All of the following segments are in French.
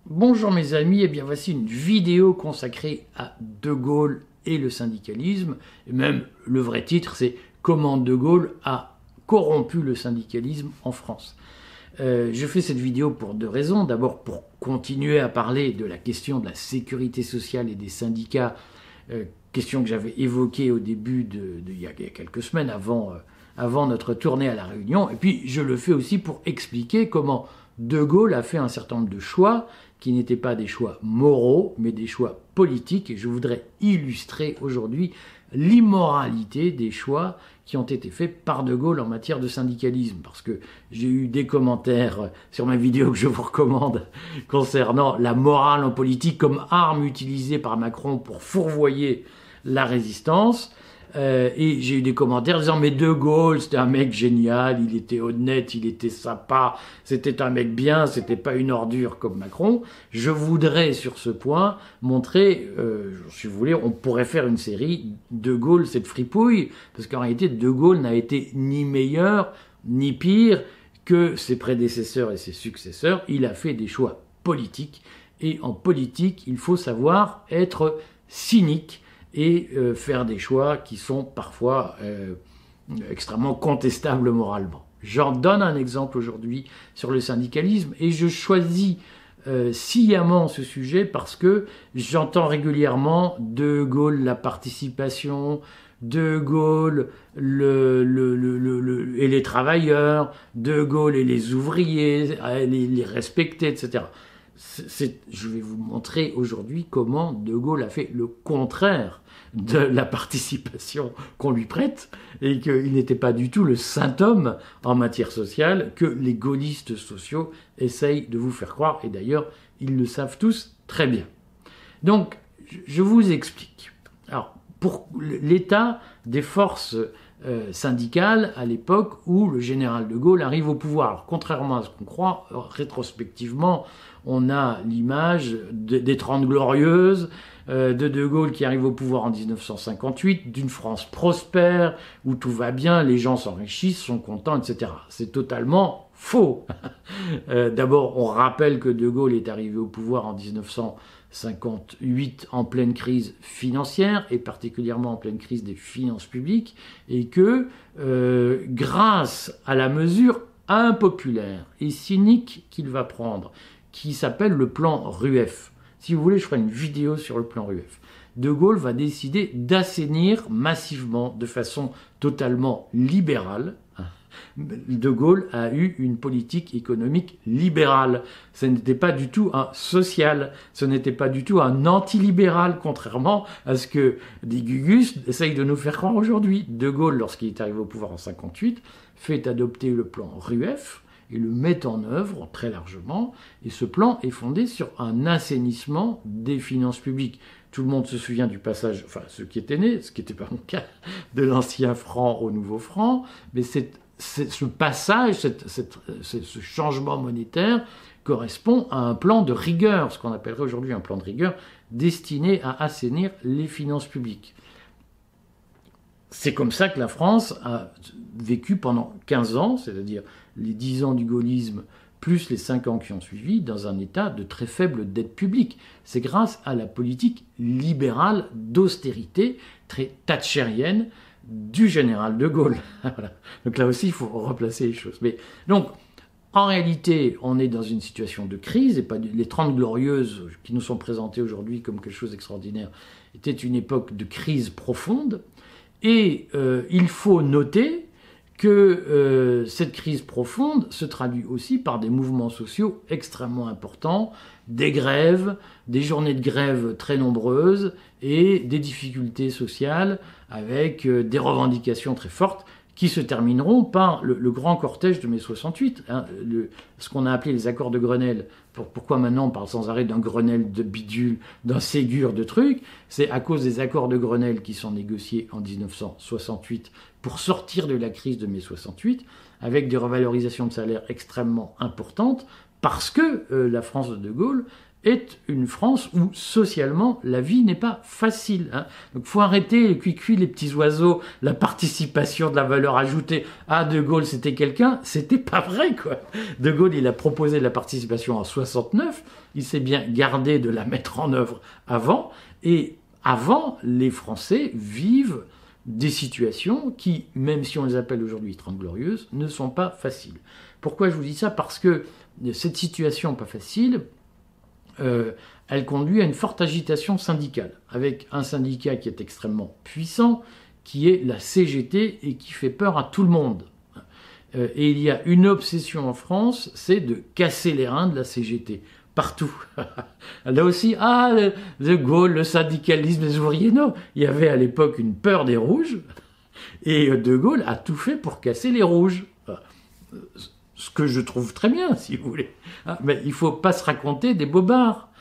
Bonjour mes amis, et bien voici une vidéo consacrée à De Gaulle et le syndicalisme. Et même le vrai titre, c'est « Comment De Gaulle a corrompu le syndicalisme en France ». Je fais cette vidéo pour deux raisons. D'abord pour continuer à parler de la question de la sécurité sociale et des syndicats, question que j'avais évoquée au début il y a quelques semaines avant notre tournée à La Réunion. Et puis je le fais aussi pour expliquer comment De Gaulle a fait un certain nombre de choix qui n'étaient pas des choix moraux, mais des choix politiques. Et je voudrais illustrer aujourd'hui l'immoralité des choix qui ont été faits par De Gaulle en matière de syndicalisme. Parce que j'ai eu des commentaires sur ma vidéo que je vous recommande concernant la morale en politique comme arme utilisée par Macron pour fourvoyer la résistance. Et j'ai eu des commentaires disant « Mais De Gaulle, c'était un mec génial, il était honnête, il était sympa, c'était un mec bien, c'était pas une ordure comme Macron. » Je voudrais sur ce point montrer, si vous voulez, on pourrait faire une série « De Gaulle, cette fripouille », parce qu'en réalité, De Gaulle n'a été ni meilleur, ni pire que ses prédécesseurs et ses successeurs. Il a fait des choix politiques, et en politique, il faut savoir être cynique, et faire des choix qui sont parfois extrêmement contestables moralement. J'en donne un exemple aujourd'hui sur le syndicalisme et je choisis sciemment ce sujet parce que j'entends régulièrement De Gaulle la participation, De Gaulle et les travailleurs, De Gaulle et les ouvriers, les respecter, etc. Je vais vous montrer aujourd'hui comment De Gaulle a fait le contraire de la participation qu'on lui prête et qu'il n'était pas du tout le saint homme en matière sociale que les gaullistes sociaux essayent de vous faire croire. Et d'ailleurs, ils le savent tous très bien. Donc, je vous explique. Alors, pour l'état des forces syndicales à l'époque où le général de Gaulle arrive au pouvoir. Alors, contrairement à ce qu'on croit, rétrospectivement, on a l'image des 30 Glorieuses, de Gaulle qui arrive au pouvoir en 1958, d'une France prospère, où tout va bien, les gens s'enrichissent, sont contents, etc. C'est totalement faux. D'abord, on rappelle que De Gaulle est arrivé au pouvoir en 1958 en pleine crise financière, et particulièrement en pleine crise des finances publiques, et que grâce à la mesure impopulaire et cynique qu'il va prendre, qui s'appelle le plan Rueff. Si vous voulez, je ferai une vidéo sur le plan Rueff. De Gaulle va décider d'assainir massivement, de façon totalement libérale. De Gaulle a eu une politique économique libérale. Ce n'était pas du tout un social, ce n'était pas du tout un antilibéral, contrairement à ce que des gugus essayent de nous faire croire aujourd'hui. De Gaulle, lorsqu'il est arrivé au pouvoir en 1958, fait adopter le plan Rueff, et le met en œuvre très largement. Et ce plan est fondé sur un assainissement des finances publiques. Tout le monde se souvient du passage, enfin ceux qui étaient nés, ce qui n'était pas mon cas, de l'ancien franc au nouveau franc, mais ce passage, ce changement monétaire correspond à un plan de rigueur, ce qu'on appellerait aujourd'hui un plan de rigueur, destiné à assainir les finances publiques. C'est comme ça que la France a vécu pendant 15 ans, c'est-à-dire les 10 ans du gaullisme plus les 5 ans qui ont suivi, dans un état de très faible dette publique. C'est grâce à la politique libérale d'austérité, très thatchérienne, du général de Gaulle. Voilà. Donc là aussi, il faut replacer les choses. Mais, donc, en réalité, on est dans une situation de crise, et pas les 30 Glorieuses qui nous sont présentées aujourd'hui comme quelque chose d'extraordinaire étaient une époque de crise profonde. Et il faut noter que cette crise profonde se traduit aussi par des mouvements sociaux extrêmement importants, des grèves, des journées de grève très nombreuses et des difficultés sociales avec des revendications très fortes qui se termineront par le grand cortège de mai 68, hein, ce qu'on a appelé les accords de Grenelle. Pourquoi maintenant on parle sans arrêt d'un Grenelle de bidule, d'un Ségur de trucs? C'est à cause des accords de Grenelle qui sont négociés en 1968 pour sortir de la crise de mai 68, avec des revalorisations de salaire extrêmement importantes, parce que la France de Gaulle est une France où, socialement, la vie n'est pas facile. Hein. Donc, faut arrêter les cuicui, les petits oiseaux, la participation de la valeur ajoutée. Ah, De Gaulle, c'était quelqu'un. C'était pas vrai, quoi. De Gaulle, il a proposé la participation en 69. Il s'est bien gardé de la mettre en œuvre avant. Et avant, les Français vivent des situations qui, même si on les appelle aujourd'hui 30 glorieuses, ne sont pas faciles. Pourquoi je vous dis ça? Parce que cette situation pas facile, elle conduit à une forte agitation syndicale, avec un syndicat qui est extrêmement puissant, qui est la CGT et qui fait peur à tout le monde. Et il y a une obsession en France, c'est de casser les reins de la CGT. Partout. Là aussi, De Gaulle, le syndicalisme, les ouvriers, non. Il y avait à l'époque une peur des rouges, et De Gaulle a tout fait pour casser les rouges. Ce que je trouve très bien, si vous voulez. Mais il ne faut pas se raconter des bobards.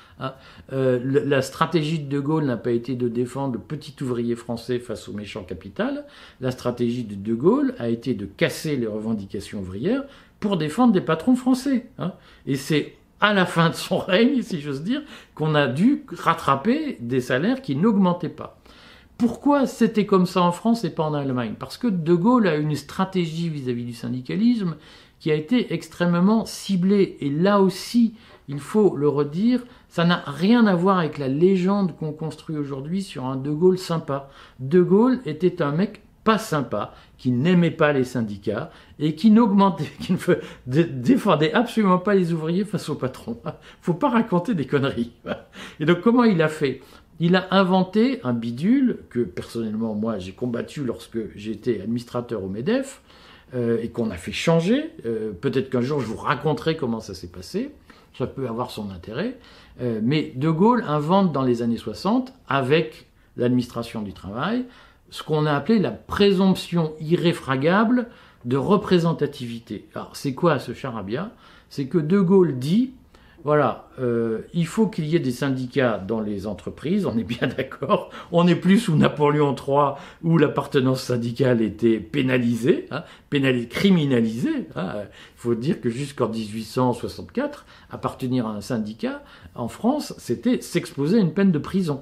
La stratégie de De Gaulle n'a pas été de défendre le petit ouvrier français face au méchant capital. La stratégie de De Gaulle a été de casser les revendications ouvrières pour défendre des patrons français. Et c'est à la fin de son règne, si j'ose dire, qu'on a dû rattraper des salaires qui n'augmentaient pas. Pourquoi c'était comme ça en France et pas en Allemagne? Parce que De Gaulle a une stratégie vis-à-vis du syndicalisme qui a été extrêmement ciblée. Et là aussi, il faut le redire, ça n'a rien à voir avec la légende qu'on construit aujourd'hui sur un De Gaulle sympa. De Gaulle était un mec pas sympa, qui n'aimait pas les syndicats et qui qui ne défendait absolument pas les ouvriers face au patron. Faut pas raconter des conneries. Et donc comment il a fait? Il a inventé un bidule que personnellement moi j'ai combattu lorsque j'étais administrateur au MEDEF et qu'on a fait changer. Peut-être qu'un jour je vous raconterai comment ça s'est passé. Ça peut avoir son intérêt. Mais De Gaulle invente dans les années 60, avec l'administration du travail, ce qu'on a appelé la présomption irréfragable de représentativité. Alors, c'est quoi ce charabia? C'est que De Gaulle dit, voilà, il faut qu'il y ait des syndicats dans les entreprises, on est bien d'accord, on n'est plus sous Napoléon III où l'appartenance syndicale était pénalisée, criminalisée. Il faut dire que jusqu'en 1864, appartenir à un syndicat, en France, c'était s'exposer à une peine de prison.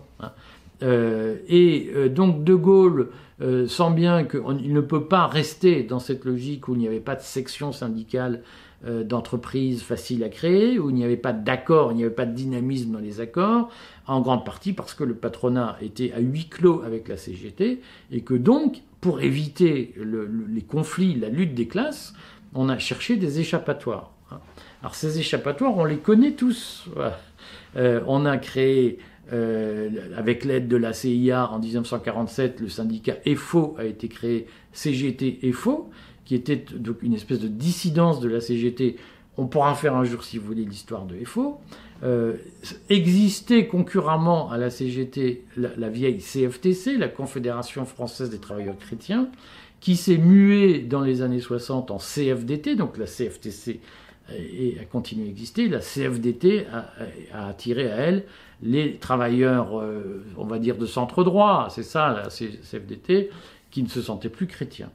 Donc De Gaulle sent bien qu'il ne peut pas rester dans cette logique où il n'y avait pas de section syndicale d'entreprise facile à créer, où il n'y avait pas d'accord, il n'y avait pas de dynamisme dans les accords, en grande partie parce que le patronat était à huis clos avec la CGT, et que donc, pour éviter les conflits, la lutte des classes, on a cherché des échappatoires. Alors ces échappatoires, on les connaît tous. Voilà. On a créé... avec l'aide de la CIA en 1947, le syndicat EFO a été créé, CGT-EFO, qui était donc une espèce de dissidence de la CGT. On pourra faire un jour, si vous voulez, l'histoire de EFO. Existait concurremment à la CGT la vieille CFTC, la Confédération française des travailleurs chrétiens, qui s'est muée dans les années 60 en CFDT, donc la CFTC a continué à exister. La CFDT a attiré à elle les travailleurs, on va dire, de centre droit, c'est ça, la CFDT, qui ne se sentaient plus chrétiens.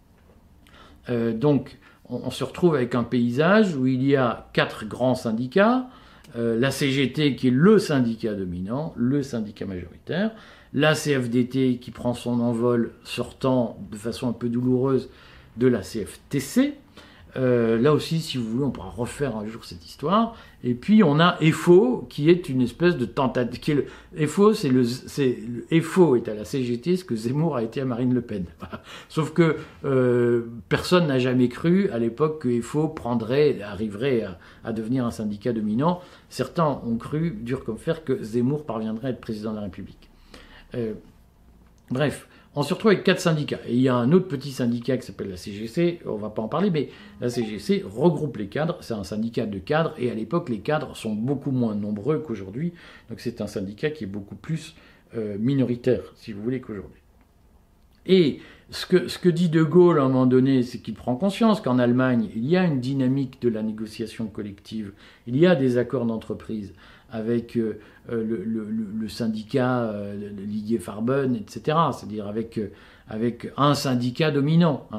Donc, on se retrouve avec un paysage où il y a 4 grands syndicats, la CGT qui est le syndicat dominant, le syndicat majoritaire, la CFDT qui prend son envol sortant de façon un peu douloureuse de la CFTC. Là aussi, si vous voulez, on pourra refaire un jour cette histoire. Et puis on a EFO, qui est une espèce de tentative. EFO, EFO est à la CGT ce que Zemmour a été à Marine Le Pen. Sauf que personne n'a jamais cru à l'époque que EFO arriverait à devenir un syndicat dominant. Certains ont cru, dur comme fer, que Zemmour parviendrait à être président de la République. Bref. On se retrouve avec 4 syndicats. Et il y a un autre petit syndicat qui s'appelle la CGC, on ne va pas en parler, mais la CGC regroupe les cadres, c'est un syndicat de cadres, et à l'époque, les cadres sont beaucoup moins nombreux qu'aujourd'hui, donc c'est un syndicat qui est beaucoup plus minoritaire, si vous voulez, qu'aujourd'hui. Et ce que dit De Gaulle à un moment donné, c'est qu'il prend conscience qu'en Allemagne, il y a une dynamique de la négociation collective, il y a des accords d'entreprise avec le syndicat l'IG Farben, etc., c'est-à-dire avec un syndicat dominant.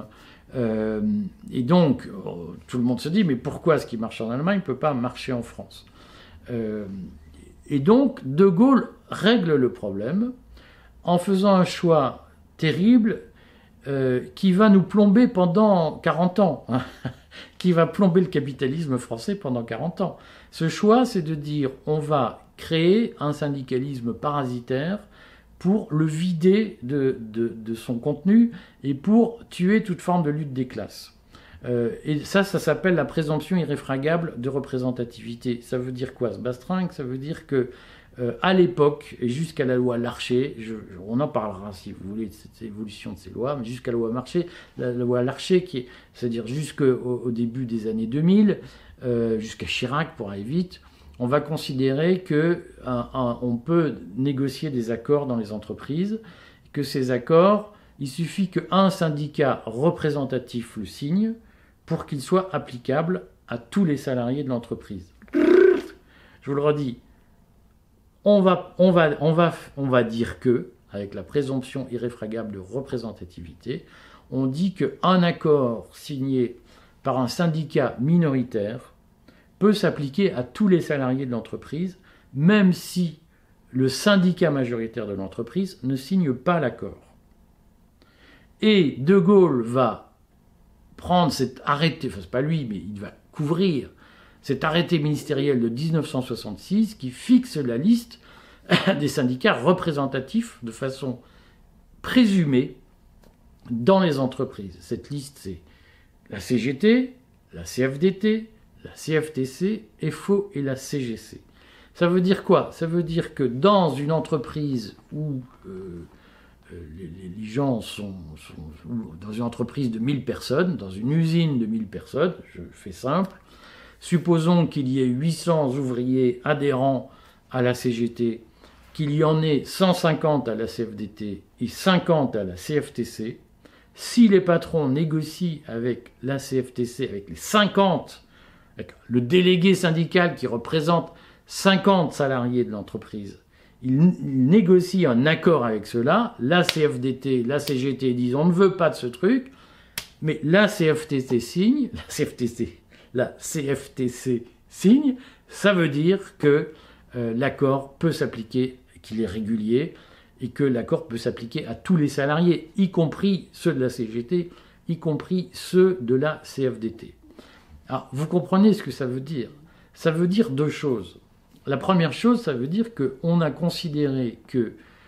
Et donc, tout le monde se dit, mais pourquoi ce qui marche en Allemagne ne peut pas marcher en France? Et donc, De Gaulle règle le problème en faisant un choix terrible qui va nous plomber pendant 40 ans, hein, qui va plomber le capitalisme français pendant 40 ans. Ce choix, c'est de dire, on va créer un syndicalisme parasitaire pour le vider de son contenu et pour tuer toute forme de lutte des classes. Et ça s'appelle la présomption irréfragable de représentativité. Ça veut dire quoi, ce bastringue? Ça veut dire que à l'époque, et jusqu'à la loi Larcher, on en parlera si vous voulez de cette évolution de ces lois, mais jusqu'à la loi Larcher, c'est-à-dire jusqu'au début des années 2000, jusqu'à Chirac pour aller vite, on va considérer qu'on peut négocier des accords dans les entreprises, que ces accords, il suffit qu'un syndicat représentatif le signe pour qu'il soit applicable à tous les salariés de l'entreprise. Je vous le redis, on va dire que, avec la présomption irréfragable de représentativité, on dit qu'un accord signé par un syndicat minoritaire peut s'appliquer à tous les salariés de l'entreprise, même si le syndicat majoritaire de l'entreprise ne signe pas l'accord. Et De Gaulle va prendre cet arrêté, enfin c'est pas lui, mais il va couvrir cet arrêté ministériel de 1966 qui fixe la liste des syndicats représentatifs de façon présumée dans les entreprises. Cette liste, c'est la CGT, la CFDT, la CFTC, FO et la CGC. Ça veut dire quoi? Ça veut dire que dans une entreprise où les gens dans une entreprise de 1000 personnes, dans une usine de 1000 personnes, je fais simple, supposons qu'il y ait 800 ouvriers adhérents à la CGT, qu'il y en ait 150 à la CFDT et 50 à la CFTC. Si les patrons négocient avec la CFTC, avec les 50, avec le délégué syndical qui représente 50 salariés de l'entreprise, ils négocient un accord avec ceux-là, la CFDT, la CGT disent on ne veut pas de ce truc, mais la CFTC signe, la CFTC signe, ça veut dire que l'accord peut s'appliquer, qu'il est régulier, et que l'accord peut s'appliquer à tous les salariés, y compris ceux de la CGT, y compris ceux de la CFDT. Alors, vous comprenez ce que ça veut dire? Ça veut dire deux choses. La première chose, ça veut dire qu'on a considéré que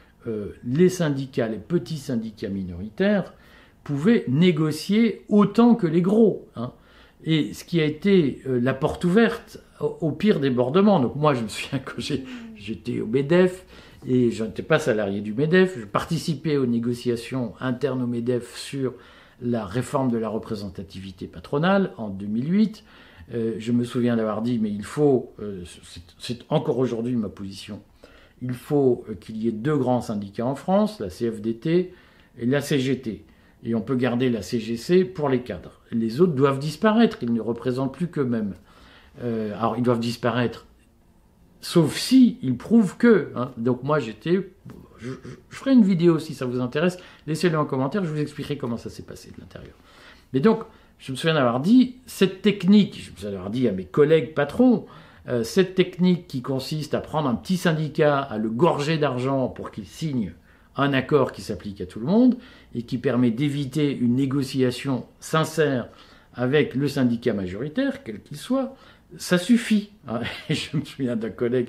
les syndicats, les petits syndicats minoritaires, pouvaient négocier autant que les gros, hein. Et ce qui a été la porte ouverte au pire débordement. Donc moi, je me souviens que j'étais au MEDEF, et je n'étais pas salarié du MEDEF, je participais aux négociations internes au MEDEF sur la réforme de la représentativité patronale en 2008. Je me souviens d'avoir dit, mais il faut, c'est encore aujourd'hui ma position, il faut qu'il y ait deux grands syndicats en France, la CFDT et la CGT. Et on peut garder la CGC pour les cadres. Les autres doivent disparaître, ils ne représentent plus qu'eux-mêmes. Alors ils doivent disparaître, sauf si ils prouvent que. Hein. Donc moi j'étais... Je ferai une vidéo si ça vous intéresse, laissez-le en commentaire, je vous expliquerai comment ça s'est passé de l'intérieur. Mais donc, je me souviens d'avoir dit, cette technique, je me souviens d'avoir dit à mes collègues patrons, cette technique qui consiste à prendre un petit syndicat, à le gorger d'argent pour qu'il signe un accord qui s'applique à tout le monde et qui permet d'éviter une négociation sincère avec le syndicat majoritaire, quel qu'il soit, ça suffit. Et je me souviens d'un collègue,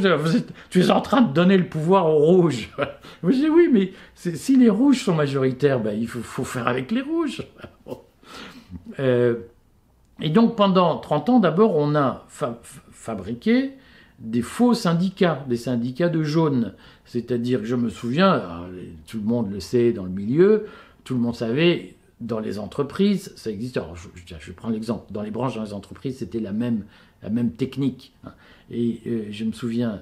tu es en train de donner le pouvoir aux rouges. Je dis oui, mais si les rouges sont majoritaires, ben, il faut faire avec les rouges. Et donc pendant 30 ans, d'abord, on a fabriqué des faux syndicats, des syndicats de jaunes. C'est-à-dire que je me souviens, tout le monde le sait dans le milieu, tout le monde savait, dans les entreprises, ça existe. Alors, je vais prendre l'exemple. Dans les branches, dans les entreprises, c'était la même technique. Et je me souviens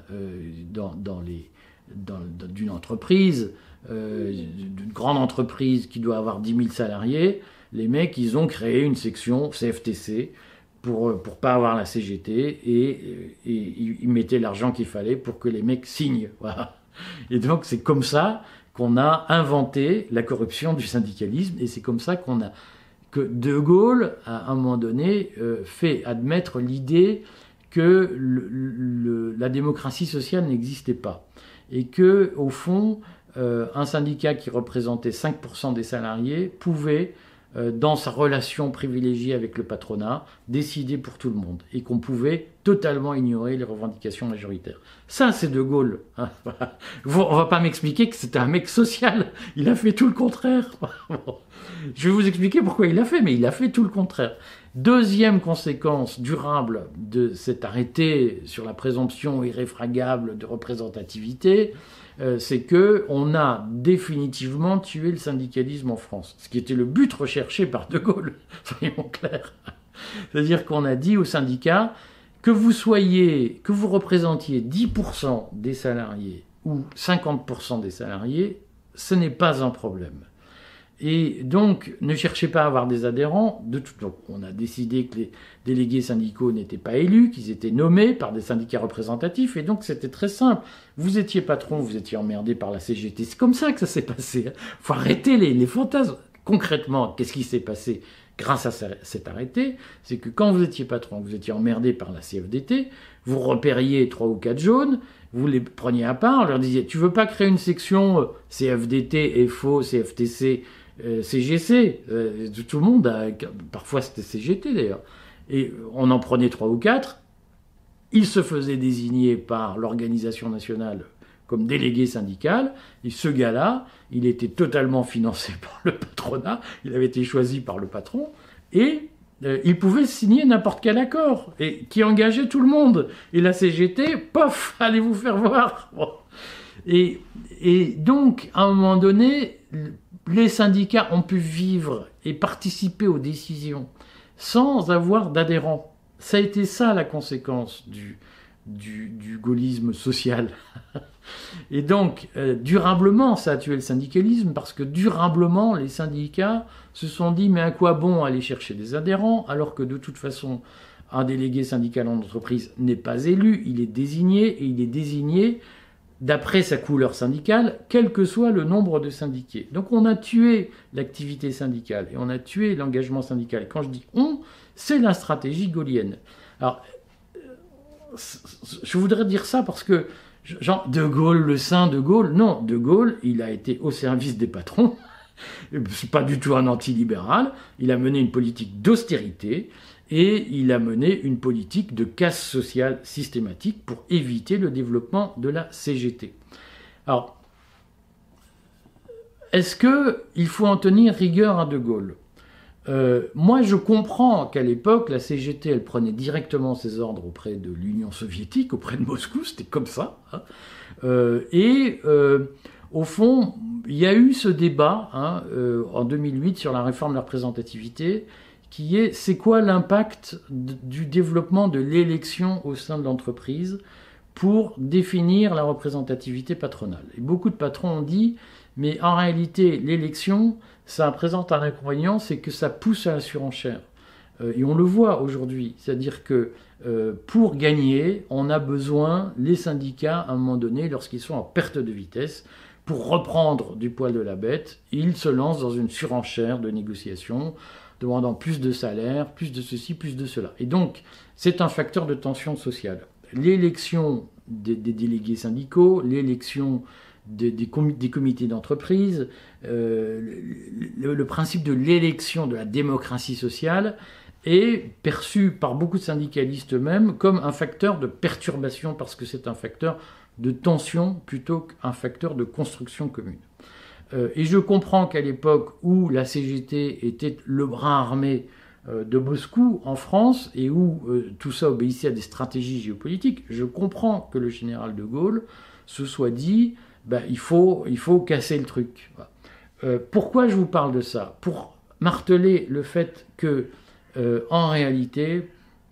d'une entreprise, d'une grande entreprise qui doit avoir 10 000 salariés, les mecs, ils ont créé une section CFTC pour pas avoir la CGT et ils mettaient l'argent qu'il fallait pour que les mecs signent. Voilà. Et donc, c'est comme ça qu'on a inventé la corruption du syndicalisme et c'est comme ça que De Gaulle, à un moment donné, fait admettre l'idée que la démocratie sociale n'existait pas. Et que, au fond, un syndicat qui représentait 5% des salariés pouvait, dans sa relation privilégiée avec le patronat, décider pour tout le monde. Et qu'on pouvait totalement ignorer les revendications majoritaires. Ça, c'est De Gaulle. Hein. On va pas m'expliquer que c'était un mec social. Il a fait tout le contraire. Je vais vous expliquer pourquoi il l'a fait, mais il a fait tout le contraire. Deuxième conséquence durable de cet arrêté sur la présomption irréfragable de représentativité, c'est que on a définitivement tué le syndicalisme en France, ce qui était le but recherché par De Gaulle, soyons clairs. C'est-à-dire qu'on a dit aux syndicats que vous représentiez 10% des salariés ou 50% des salariés, ce n'est pas un problème. Et donc, ne cherchez pas à avoir des adhérents. Donc, on a décidé que les délégués syndicaux n'étaient pas élus, qu'ils étaient nommés par des syndicats représentatifs. Et donc, c'était très simple. Vous étiez patron, vous étiez emmerdé par la CGT. C'est comme ça que ça s'est passé. Il faut arrêter les fantasmes. Concrètement, qu'est-ce qui s'est passé grâce à cet arrêté? C'est que quand vous étiez patron, vous étiez emmerdé par la CFDT, vous repériez 3 ou 4 jaunes, vous les preniez à part, on leur disiez « Tu veux pas créer une section CFDT, FO, CFTC ?» CGC, tout le monde parfois c'était CGT d'ailleurs, et on en prenait 3 ou 4, il se faisait désigner par l'organisation nationale comme délégué syndical, et ce gars-là, il était totalement financé par le patronat, il avait été choisi par le patron, et il pouvait signer n'importe quel accord, et qui engageait tout le monde, et la CGT, pof, allez vous faire voir. Bon. Et donc, à un moment donné, les syndicats ont pu vivre et participer aux décisions sans avoir d'adhérents. Ça a été ça la conséquence du gaullisme social. Et donc, durablement, ça a tué le syndicalisme parce que durablement, les syndicats se sont dit « mais à quoi bon aller chercher des adhérents alors que de toute façon, un délégué syndical en entreprise n'est pas élu, il est désigné et il est désigné d'après sa couleur syndicale, quel que soit le nombre de syndiqués. » Donc on a tué l'activité syndicale et on a tué l'engagement syndical. Et quand je dis « on », c'est la stratégie gaullienne. Alors, je voudrais dire ça parce que, genre, De Gaulle, le saint De Gaulle, non, De Gaulle, il a été au service des patrons, c'est pas du tout un antilibéral, il a mené une politique d'austérité, et il a mené une politique de casse sociale systématique pour éviter le développement de la CGT. Alors, est-ce qu'il faut en tenir rigueur à De Gaulle ? Moi, je comprends qu'à l'époque, la CGT, elle prenait directement ses ordres auprès de l'Union soviétique, auprès de Moscou, c'était comme ça. Hein. Au fond, il y a eu ce débat en 2008 sur la réforme de la représentativité, qui est, c'est quoi l'impact du développement de l'élection au sein de l'entreprise pour définir la représentativité patronale. Et beaucoup de patrons ont dit, mais en réalité, l'élection, ça présente un inconvénient, c'est que ça pousse à la surenchère. Et on le voit aujourd'hui, c'est-à-dire que pour gagner, on a besoin, les syndicats, à un moment donné, lorsqu'ils sont en perte de vitesse, pour reprendre du poil de la bête, ils se lancent dans une surenchère de négociations, demandant plus de salaire, plus de ceci, plus de cela. Et donc, c'est un facteur de tension sociale. L'élection des délégués syndicaux, l'élection des comités d'entreprise, le principe de l'élection de la démocratie sociale est perçu par beaucoup de syndicalistes eux-mêmes comme un facteur de perturbation parce que c'est un facteur de tension plutôt qu'un facteur de construction commune. Et je comprends qu'à l'époque où la CGT était le bras armé de Moscou en France et où tout ça obéissait à des stratégies géopolitiques, je comprends que le général de Gaulle se soit dit il faut casser le truc. Pourquoi je vous parle de ça? Pour marteler le fait que en réalité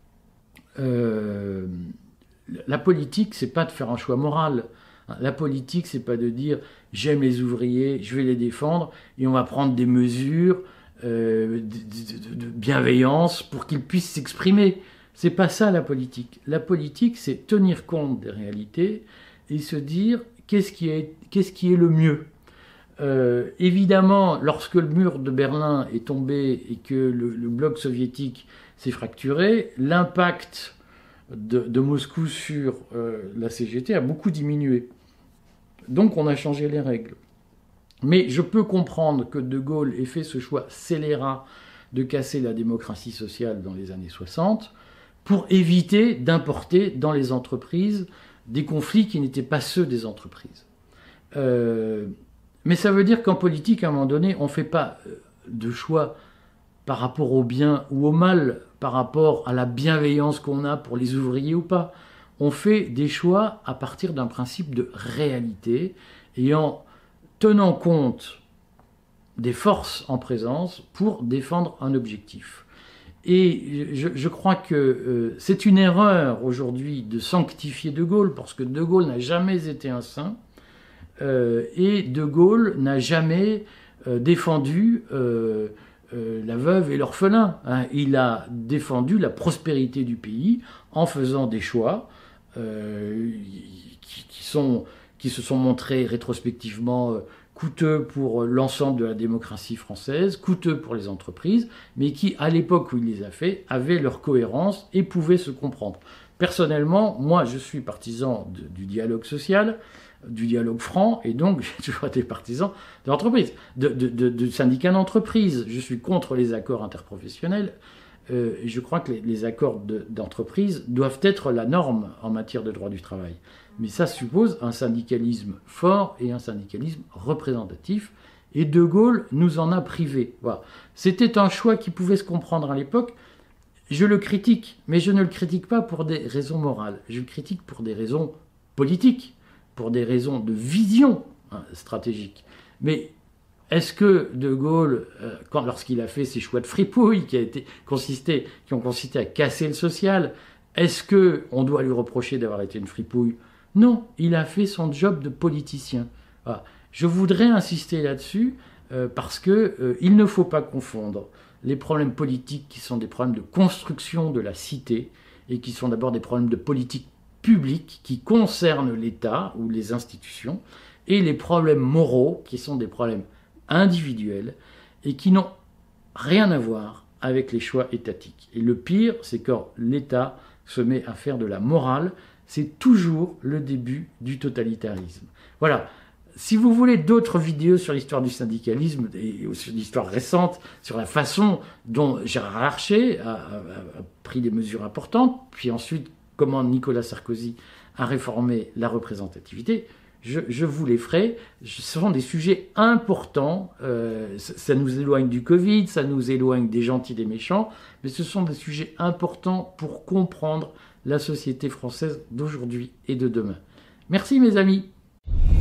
la politique, c'est pas de faire un choix moral. La politique, c'est pas de dire j'aime les ouvriers, je vais les défendre et on va prendre des mesures de bienveillance pour qu'ils puissent s'exprimer. C'est pas ça la politique. La politique, c'est tenir compte des réalités et se dire qu'est-ce qui est le mieux. Évidemment, lorsque le mur de Berlin est tombé et que le bloc soviétique s'est fracturé, l'impact de Moscou sur la CGT a beaucoup diminué. Donc on a changé les règles. Mais je peux comprendre que De Gaulle ait fait ce choix scélérat de casser la démocratie sociale dans les années 60 pour éviter d'importer dans les entreprises des conflits qui n'étaient pas ceux des entreprises. Mais ça veut dire qu'en politique, à un moment donné, on ne fait pas de choix par rapport au bien ou au mal, par rapport à la bienveillance qu'on a pour les ouvriers ou pas. On fait des choix à partir d'un principe de réalité et en tenant compte des forces en présence pour défendre un objectif. Et je crois que c'est une erreur aujourd'hui de sanctifier De Gaulle, parce que De Gaulle n'a jamais été un saint, et De Gaulle n'a jamais défendu la veuve et l'orphelin. Hein. Il a défendu la prospérité du pays en faisant des choix qui se sont montrés rétrospectivement coûteux pour l'ensemble de la démocratie française, coûteux pour les entreprises, mais qui, à l'époque où il les a fait, avaient leur cohérence et pouvaient se comprendre. Personnellement, moi, je suis partisan du dialogue social, du dialogue franc, et donc j'ai toujours été partisan de l'entreprise, de syndicats d'entreprise. Je suis contre les accords interprofessionnels. Je crois que les accords d'entreprise doivent être la norme en matière de droit du travail. Mais ça suppose un syndicalisme fort et un syndicalisme représentatif. Et De Gaulle nous en a privés. Voilà. C'était un choix qui pouvait se comprendre à l'époque. Je le critique, mais je ne le critique pas pour des raisons morales. Je le critique pour des raisons politiques, pour des raisons de vision stratégique. Mais est-ce que De Gaulle, lorsqu'il a fait ses choix de fripouille qui ont consisté à casser le social, est-ce qu'on doit lui reprocher d'avoir été une fripouille ? Non, il a fait son job de politicien. Voilà. Je voudrais insister là-dessus parce qu'il ne faut pas confondre les problèmes politiques qui sont des problèmes de construction de la cité et qui sont d'abord des problèmes de politique publique qui concernent l'État ou les institutions, et les problèmes moraux qui sont des problèmes individuels et qui n'ont rien à voir avec les choix étatiques. Et le pire, c'est quand l'État se met à faire de la morale, c'est toujours le début du totalitarisme. Voilà. Si vous voulez d'autres vidéos sur l'histoire du syndicalisme et sur l'histoire récente, sur la façon dont Gérard Larcher a pris des mesures importantes, puis ensuite comment Nicolas Sarkozy a réformé la représentativité, je vous les ferai. Ce sont des sujets importants. Ça nous éloigne du Covid, ça nous éloigne des gentils des méchants, mais ce sont des sujets importants pour comprendre la société française d'aujourd'hui et de demain. Merci mes amis.